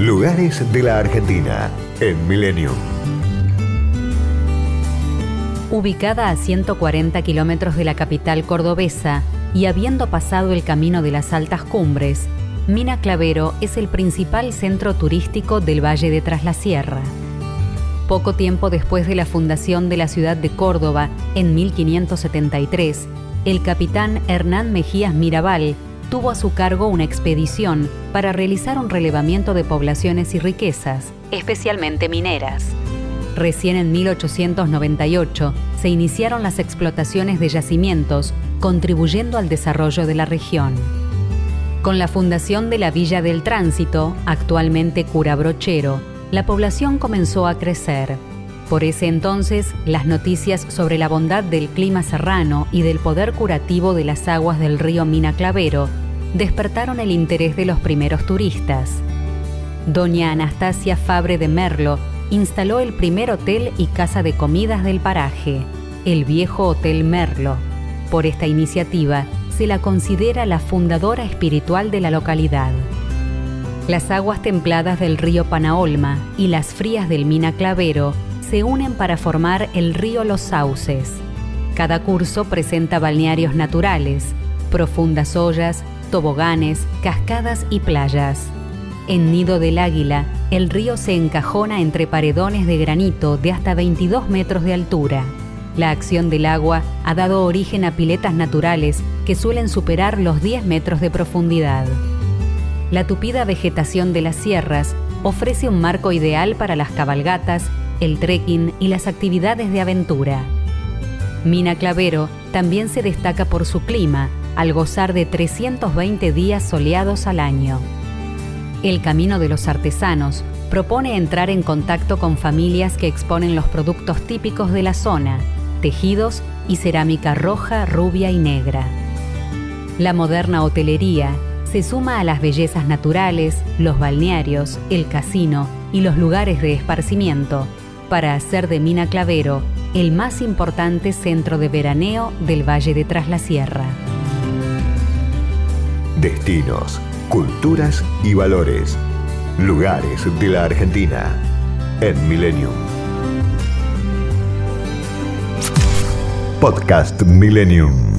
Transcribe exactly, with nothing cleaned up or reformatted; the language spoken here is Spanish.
Lugares de la Argentina en Millennium. Ubicada a ciento cuarenta kilómetros de la capital cordobesa y habiendo pasado el camino de las altas cumbres, Mina Clavero es el principal centro turístico del Valle de Tras la Sierra. Poco tiempo después de la fundación de la ciudad de Córdoba, en mil quinientos setenta y tres, el capitán Hernán Mejías Mirabal tuvo a su cargo una expedición para realizar un relevamiento de poblaciones y riquezas, especialmente mineras. Recién en mil ochocientos noventa y ocho se iniciaron las explotaciones de yacimientos, contribuyendo al desarrollo de la región. Con la fundación de la Villa del Tránsito, actualmente Cura Brochero, la población comenzó a crecer. Por ese entonces, las noticias sobre la bondad del clima serrano y del poder curativo de las aguas del río Mina Clavero despertaron el interés de los primeros turistas. Doña Anastasia Fabre de Merlo instaló el primer hotel y casa de comidas del paraje, el Viejo Hotel Merlo. Por esta iniciativa, se la considera la fundadora espiritual de la localidad. Las aguas templadas del río Panaolma y las frías del Mina Clavero se unen para formar el río Los Sauces. Cada curso presenta balnearios naturales, profundas ollas, toboganes, cascadas y playas. En Nido del Águila, el río se encajona entre paredones de granito de hasta veintidós metros de altura. La acción del agua ha dado origen a piletas naturales que suelen superar los diez metros de profundidad. La tupida vegetación de las sierras ofrece un marco ideal para las cabalgatas, el trekking y las actividades de aventura. Mina Clavero también se destaca por su clima, al gozar de trescientos veinte días soleados al año. El Camino de los Artesanos propone entrar en contacto con familias que exponen los productos típicos de la zona, tejidos y cerámica roja, rubia y negra. La moderna hotelería se suma a las bellezas naturales, los balnearios, el casino y los lugares de esparcimiento para hacer de Mina Clavero el más importante centro de veraneo del Valle de Tras la Sierra. Destinos, culturas y valores. Lugares de la Argentina en Millennium. Podcast Millennium.